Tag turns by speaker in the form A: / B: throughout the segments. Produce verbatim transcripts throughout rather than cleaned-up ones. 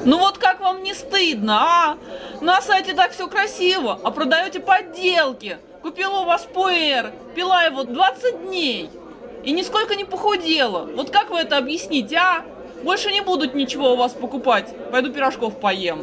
A: Ну вот как вам не стыдно, а? На сайте так все красиво, а продаете подделки. Купила у вас пуэр, пила его двадцать дней и нисколько не похудела. Вот как вы это объясните, а? Больше не будут ничего у вас покупать. Пойду пирожков поем.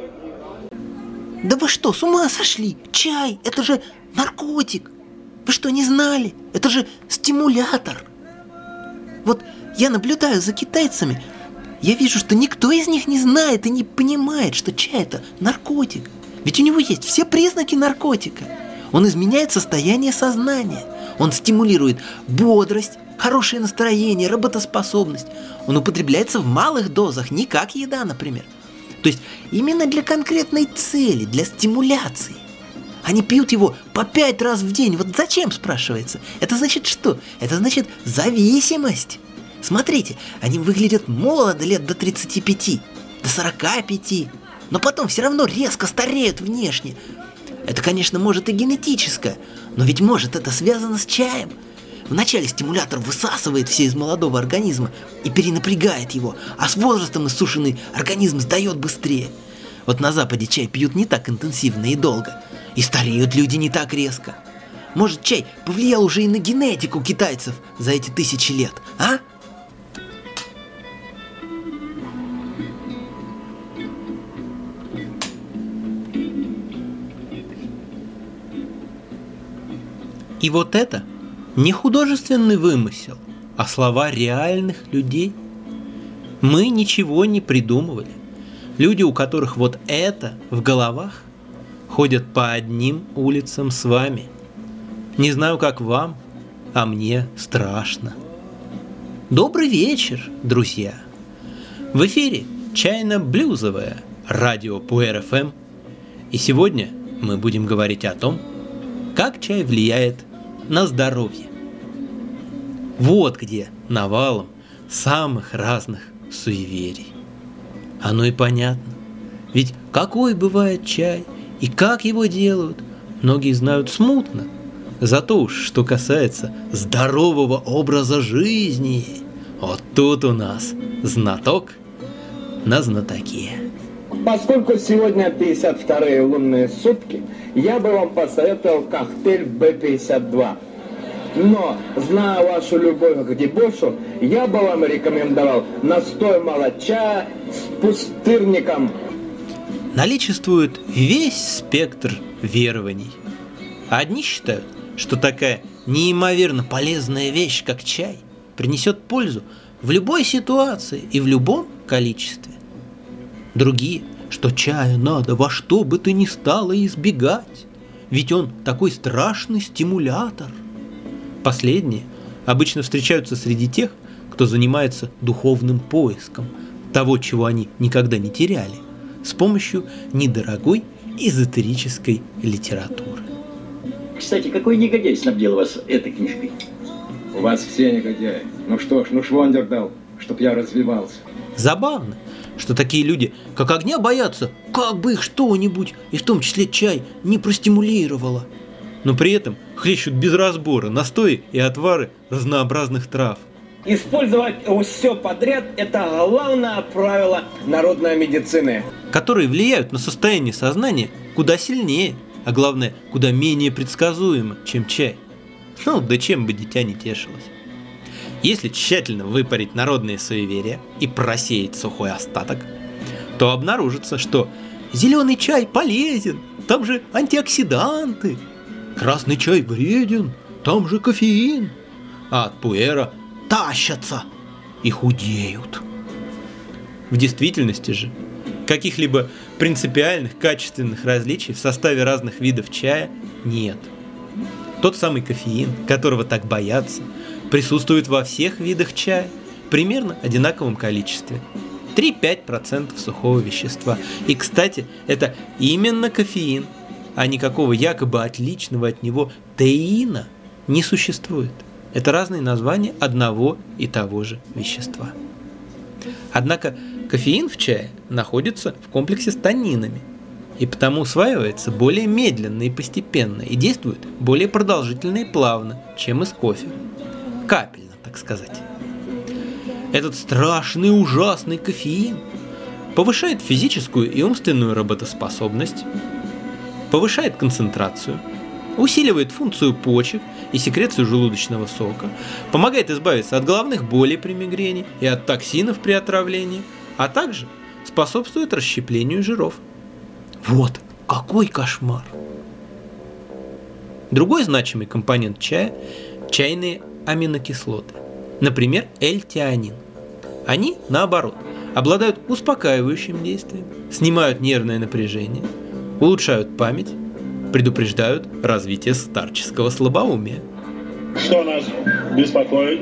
B: Да вы что, с ума сошли? Чай, это же наркотик. Вы что, не знали? Это же стимулятор. Вот я наблюдаю за китайцами. Я вижу, что никто из них не знает и не понимает, что чай – это наркотик. Ведь у него есть все признаки наркотика. Он изменяет состояние сознания. Он стимулирует бодрость, хорошее настроение, работоспособность. Он употребляется в малых дозах, не как еда, например. То есть именно для конкретной цели, для стимуляции. Они пьют его по пять раз в день. Вот зачем, спрашивается? Это значит что? Это значит зависимость. Смотрите, они выглядят молодо лет до тридцати пяти, до сорока пяти, но потом все равно резко стареют внешне. Это, конечно, может и генетическое, но ведь может это связано с чаем. Вначале стимулятор высасывает все из молодого организма и перенапрягает его, а с возрастом иссушенный организм сдает быстрее. Вот на Западе чай пьют не так интенсивно и долго, и стареют люди не так резко. Может, чай повлиял уже и на генетику китайцев за эти тысячи лет, а?
C: И вот это не художественный вымысел, а слова реальных людей. Мы ничего не придумывали. Люди, у которых вот это в головах, ходят по одним улицам с вами. Не знаю, как вам, а мне страшно. Добрый вечер, друзья! В эфире чайно-блюзовое радио Пуэр эф эм. И сегодня мы будем говорить о том, как чай влияет на здоровье. Вот где навалом самых разных суеверий. Оно и понятно. Ведь какой бывает чай и как его делают, многие знают смутно. Зато уж что касается здорового образа жизни, вот тут у нас знаток на знатоке.
D: Поскольку сегодня пятьдесят вторые лунные сутки, я бы вам посоветовал коктейль бэ пятьдесят два. Но, зная вашу любовь к дебошу, я бы вам рекомендовал настой молоча с пустырником.
C: Наличествует весь спектр верований. Одни считают, что такая неимоверно полезная вещь, как чай, принесет пользу в любой ситуации и в любом количестве. Другие, что чая надо во что бы то ни стало избегать, ведь он такой страшный стимулятор. Последние обычно встречаются среди тех, кто занимается духовным поиском того, чего они никогда не теряли, с помощью недорогой эзотерической литературы.
E: Кстати, какой негодяй снабдил вас этой книжкой?
D: У вас все негодяи. Ну что ж, ну швондер дал, чтоб я развивался.
C: Забавно, что такие люди, как огня, боятся, как бы их что-нибудь, и в том числе чай, не простимулировало. Но при этом хлещут без разбора настои и отвары разнообразных трав.
D: Использовать все подряд – это главное правило народной медицины.
C: Которые влияют на состояние сознания куда сильнее, а главное, куда менее предсказуемо, чем чай. Ну, да чем бы дитя не тешилось. Если тщательно выпарить народные суеверия и просеять сухой остаток, то обнаружится, что зеленый чай полезен, там же антиоксиданты. Красный чай вреден, там же кофеин. А от пуэра тащатся и худеют. В действительности же каких-либо принципиальных качественных различий в составе разных видов чая нет. Тот самый кофеин, которого так боятся, присутствует во всех видах чая примерно одинаковом количестве. три-пять процентов сухого вещества. И, кстати, это именно кофеин, а никакого якобы отличного от него теина не существует. Это разные названия одного и того же вещества. Однако кофеин в чае находится в комплексе с танинами, и потому усваивается более медленно и постепенно, и действует более продолжительно и плавно, чем из кофе. Капельно, так сказать. Этот страшный ужасный кофеин повышает физическую и умственную работоспособность, повышает концентрацию, усиливает функцию почек и секрецию желудочного сока, помогает избавиться от головных болей при мигрени и от токсинов при отравлении, а также способствует расщеплению жиров. Вот какой кошмар! Другой значимый компонент чая – чайные аминокислоты, например, L-тианин. Они, наоборот, обладают успокаивающим действием, снимают нервное напряжение, улучшают память, предупреждают развитие старческого слабоумия.
F: Что нас беспокоит?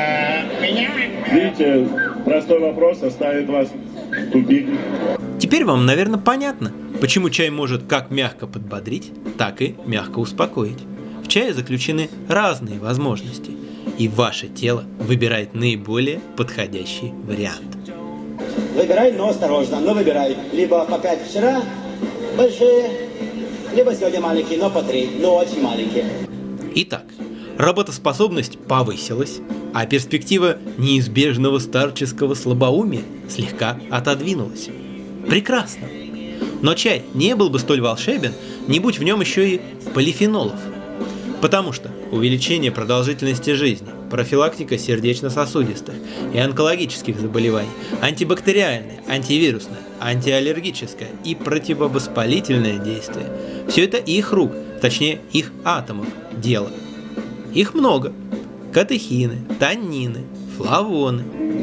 F: Видите, простой вопрос оставит вас в тупик.
C: Теперь вам, наверное, понятно, почему чай может как мягко подбодрить, так и мягко успокоить. В чае заключены разные возможности, и ваше тело выбирает наиболее подходящий вариант.
G: Выбирай, но осторожно, но выбирай. Либо по пять вчера большие, либо сегодня маленькие, но по три, но очень маленькие.
C: Итак, работоспособность повысилась, а перспектива неизбежного старческого слабоумия слегка отодвинулась. Прекрасно! Но чай не был бы столь волшебен, не будь в нем еще и полифенолов. Потому что увеличение продолжительности жизни, профилактика сердечно-сосудистых и онкологических заболеваний, антибактериальное, антивирусное, антиаллергическое и противовоспалительное действие – все это их рук, точнее их атомов, дело. Их много. Катехины, таннины, флавоны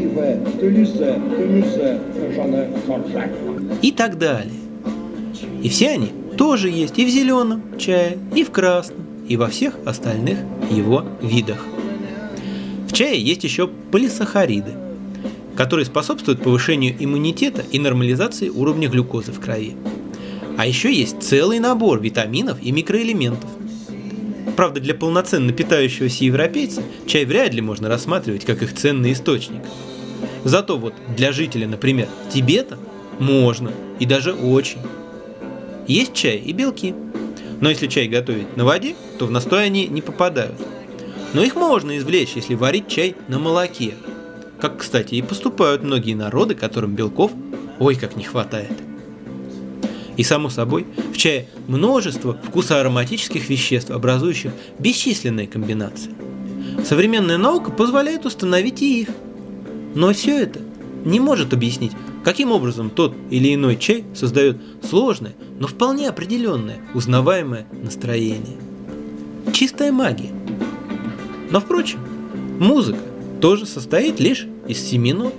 C: и так далее. И все они тоже есть и в зеленом чае, и в красном, и во всех остальных его видах. В чае есть еще полисахариды, которые способствуют повышению иммунитета и нормализации уровня глюкозы в крови. А еще есть целый набор витаминов и микроэлементов. Правда, для полноценно питающегося европейца чай вряд ли можно рассматривать как их ценный источник. Зато вот для жителя, например, Тибета можно, и даже очень. Есть в чае и белки. Но если чай готовить на воде, то в настой они не попадают. Но их можно извлечь, если варить чай на молоке. Как, кстати, и поступают многие народы, которым белков ой как не хватает. И само собой, в чае множество вкусоароматических веществ, образующих бесчисленные комбинации. Современная наука позволяет установить и их. Но все это не может объяснить, каким образом тот или иной чай создает сложное, но вполне определенное, узнаваемое настроение. Чистая магия. Но, впрочем, музыка тоже состоит лишь из семи нот.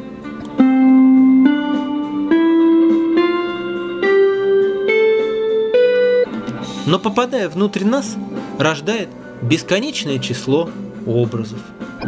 C: Но, попадая внутрь нас, рождает бесконечное число образов.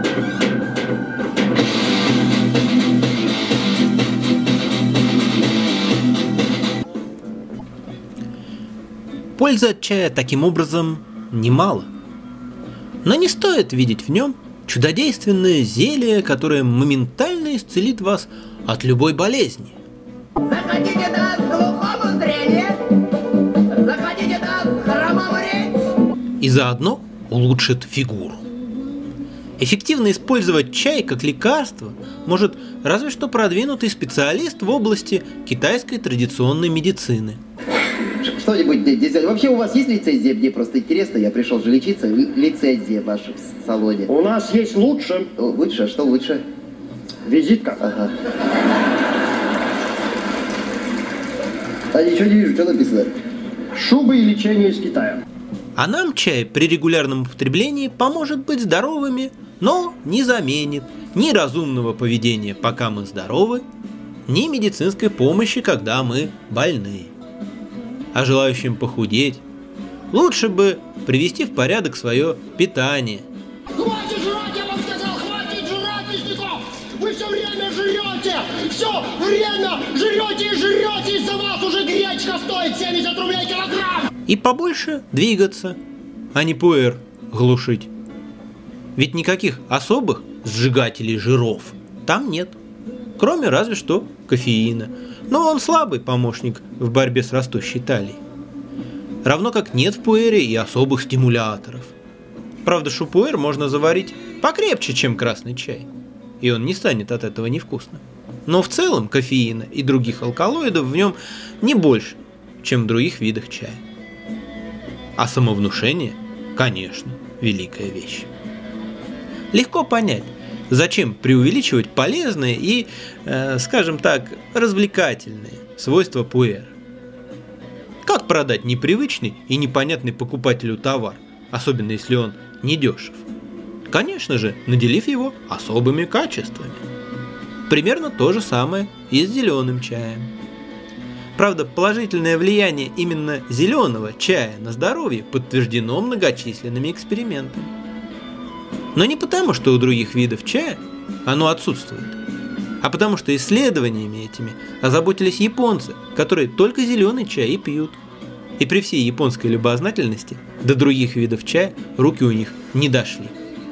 C: Пользы от чая таким образом немало. Но не стоит видеть в нем чудодейственное зелье, которое моментально исцелит вас от любой болезни.
H: Захотите даст глухому зрение, захотите даст хромому речь.
C: И заодно улучшит фигуру. Эффективно использовать чай как лекарство может разве что продвинутый специалист в области китайской традиционной медицины.
I: Что-нибудь здесь. Вообще у вас есть лицензия? Мне просто интересно, я пришел же лечиться. Лицензия ваша в салоне.
F: У нас есть лучше.
I: Лучше? Что лучше?
F: Визитка.
I: Ага. А ничего не вижу, что написано?
F: Шубы и лечение из Китая.
C: А нам чай при регулярном употреблении поможет быть здоровыми, но не заменит ни разумного поведения, пока мы здоровы, ни медицинской помощи, когда мы больны. А желающим похудеть лучше бы привести в порядок свое питание.
H: Хватит жрать, я вам сказал, хватит жрать, Мясников! Вы все время жрете! Все время жрете и жрете! Из-за вас уже гречка стоит семьдесят рублей килограмм!
C: И побольше двигаться, а не пуэр глушить. Ведь никаких особых сжигателей жиров там нет, кроме разве что кофеина. Но он слабый помощник в борьбе с растущей талией. Равно как нет в пуэре и особых стимуляторов. Правда, что пуэр можно заварить покрепче, чем красный чай, и он не станет от этого невкусным. Но в целом кофеина и других алкалоидов в нем не больше, чем в других видах чая. А самовнушение, конечно, великая вещь. Легко понять, зачем преувеличивать полезные и, э, скажем так, развлекательные свойства пуэра. Как продать непривычный и непонятный покупателю товар, особенно если он недешев? Конечно же, наделив его особыми качествами. Примерно то же самое и с зеленым чаем. Правда, положительное влияние именно зеленого чая на здоровье подтверждено многочисленными экспериментами. Но не потому, что у других видов чая оно отсутствует, а потому что исследованиями этими озаботились японцы, которые только зеленый чай и пьют. И при всей японской любознательности до других видов чая руки у них не дошли.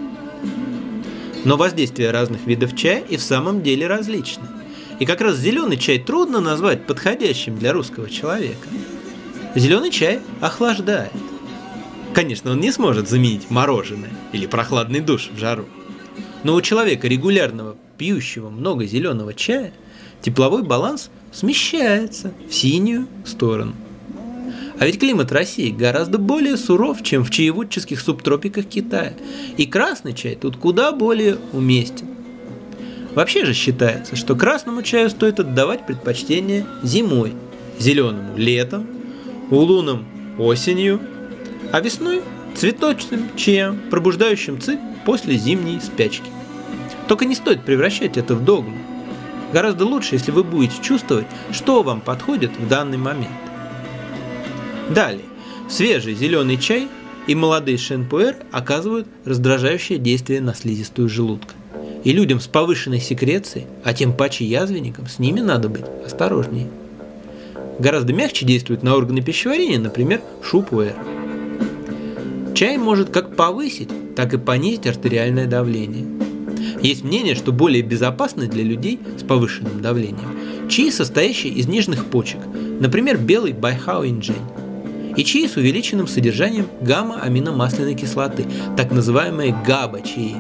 C: Но воздействие разных видов чая и в самом деле различны. И как раз зеленый чай трудно назвать подходящим для русского человека. Зеленый чай охлаждает. Конечно, он не сможет заменить мороженое или прохладный душ в жару. Но у человека, регулярного пьющего много зеленого чая, тепловой баланс смещается в синюю сторону. А ведь климат России гораздо более суров, чем в чаеводческих субтропиках Китая. И красный чай тут куда более уместен. Вообще же считается, что красному чаю стоит отдавать предпочтение зимой, зеленому летом, улунам осенью, а весной цветочным чаем, пробуждающим ци после зимней спячки. Только не стоит превращать это в догму. Гораздо лучше, если вы будете чувствовать, что вам подходит в данный момент. Далее, свежий зеленый чай и молодые шен-пуэр оказывают раздражающее действие на слизистую желудка. И людям с повышенной секрецией, а тем паче язвенникам, с ними надо быть осторожнее. Гораздо мягче действует на органы пищеварения, например, шу-пуэр. Чай может как повысить, так и понизить артериальное давление. Есть мнение, что более безопасны для людей с повышенным давлением чаи, состоящие из нежных почек, например, белый байхао-инджень, и чаи с увеличенным содержанием гамма-аминомасляной кислоты, так называемые габа-чаи.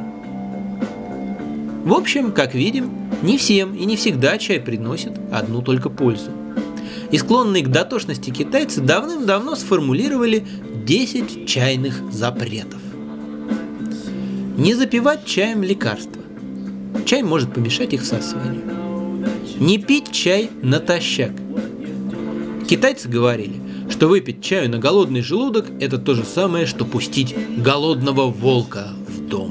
C: В общем, как видим, не всем и не всегда чай приносит одну только пользу. И склонные к дотошности китайцы давным-давно сформулировали десять чайных запретов. Не запивать чаем лекарства. Чай может помешать их всасыванию. Не пить чай натощак. Китайцы говорили, что выпить чаю на голодный желудок – это то же самое, что пустить голодного волка в дом.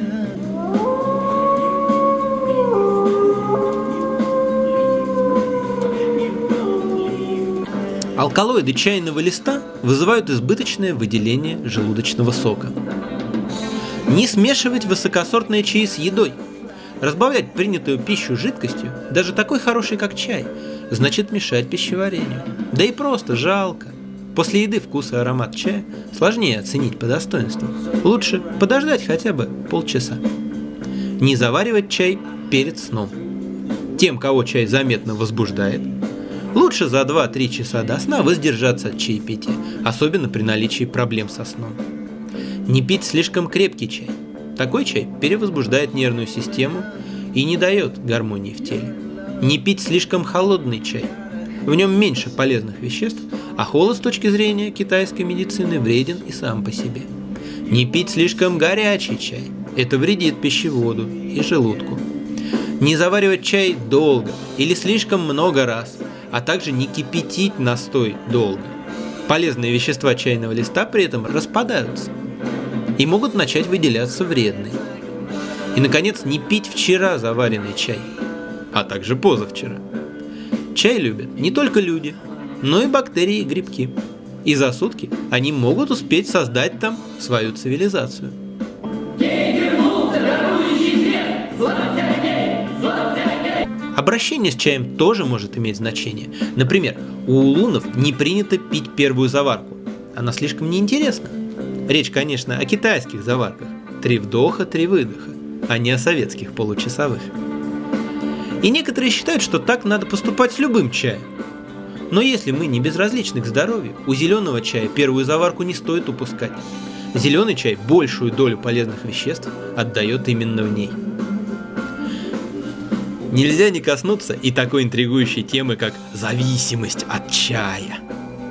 C: Алкалоиды чайного листа вызывают избыточное выделение желудочного сока. Не смешивать высокосортные чаи с едой. Разбавлять принятую пищу жидкостью, даже такой хорошей, как чай, значит мешать пищеварению. Да и просто жалко. После еды вкус и аромат чая сложнее оценить по достоинству. Лучше подождать хотя бы полчаса. Не заваривать чай перед сном. Тем, кого чай заметно возбуждает, лучше за два-три часа до сна воздержаться от чаепития, особенно при наличии проблем со сном. Не пить слишком крепкий чай. Такой чай перевозбуждает нервную систему и не дает гармонии в теле. Не пить слишком холодный чай. В нем меньше полезных веществ, а холод с точки зрения китайской медицины вреден и сам по себе. Не пить слишком горячий чай. Это вредит пищеводу и желудку. Не заваривать чай долго или слишком много раз, а также не кипятить настой долго. Полезные вещества чайного листа при этом распадаются и могут начать выделяться вредные. И, наконец, не пить вчера заваренный чай, а также позавчера. Чай любят не только люди, но и бактерии и грибки. И за сутки они могут успеть создать там свою цивилизацию. Обращение с чаем тоже может иметь значение. Например, у улунов не принято пить первую заварку. Она слишком неинтересна. Речь, конечно, о китайских заварках. Три вдоха, три выдоха, а не о советских получасовых. И некоторые считают, что так надо поступать с любым чаем. Но если мы не безразличны к здоровью, у зеленого чая первую заварку не стоит упускать. Зеленый чай большую долю полезных веществ отдает именно в ней. Нельзя не коснуться и такой интригующей темы, как зависимость от чая.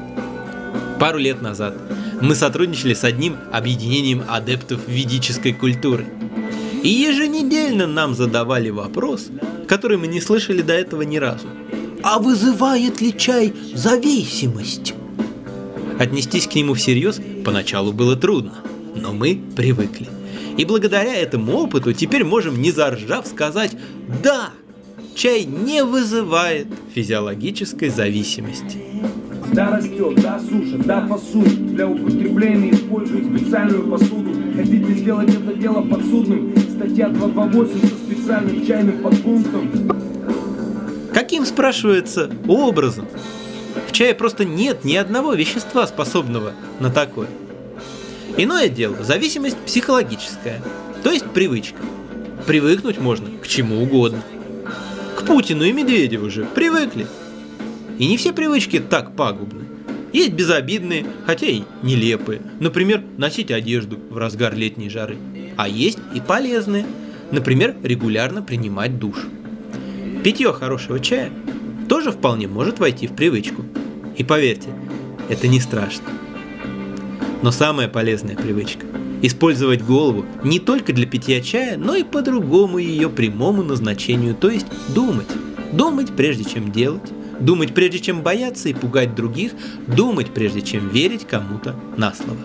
C: Пару лет назад мы сотрудничали с одним объединением адептов ведической культуры. И еженедельно нам задавали вопрос, который мы не слышали до этого ни разу.
B: А вызывает ли чай зависимость?
C: Отнестись к нему всерьез поначалу было трудно, но мы привыкли. И благодаря этому опыту теперь можем, не заржав, сказать: да, чай не вызывает физиологической зависимости.
J: Да растет, да сушит, да пасует. Для употребления используют специальную посуду. Хотите сделать это дело подсудным? Статья два два восемь со специальным чайным подпунктом.
C: Каким, спрашивается, образом? В чае просто нет ни одного вещества, способного на такое. Иное дело – зависимость психологическая, то есть привычка. Привыкнуть можно к чему угодно. К Путину и Медведеву же привыкли. И не все привычки так пагубны. Есть безобидные, хотя и нелепые. Например, носить одежду в разгар летней жары. А есть и полезные. Например, регулярно принимать душ. Питье хорошего чая тоже вполне может войти в привычку. И поверьте, это не страшно. Но самая полезная привычка – использовать голову не только для питья чая, но и по другому ее прямому назначению, то есть думать. Думать, прежде чем делать. Думать, прежде чем бояться и пугать других. Думать, прежде чем верить кому-то на слово.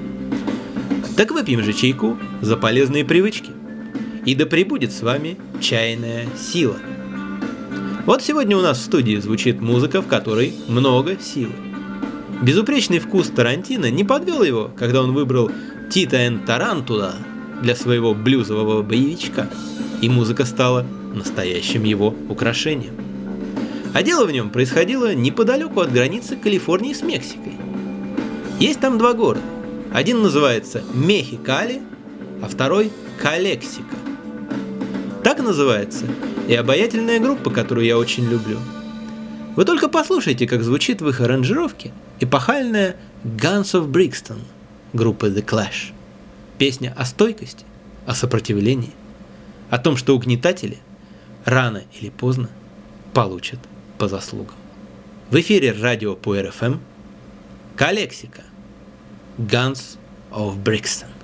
C: Так выпьем же чайку за полезные привычки. И да пребудет с вами чайная сила. Вот сегодня у нас в студии звучит музыка, в которой много силы. Безупречный вкус Тарантино не подвел его, когда он выбрал Тита энд Тарантула для своего блюзового боевичка, и музыка стала настоящим его украшением. А дело в нем происходило неподалеку от границы Калифорнии с Мексикой. Есть там два города. Один называется Мехикали, а второй Калексика. Так называется и обаятельная группа, которую я очень люблю. Вы только послушайте, как звучит в их аранжировке эпохальная Guns of Brixton группы The Clash. Песня о стойкости, о сопротивлении, о том, что угнетатели рано или поздно получат по заслугам. В эфире радио Пуэр эф эм Калексика, Guns of Brixton.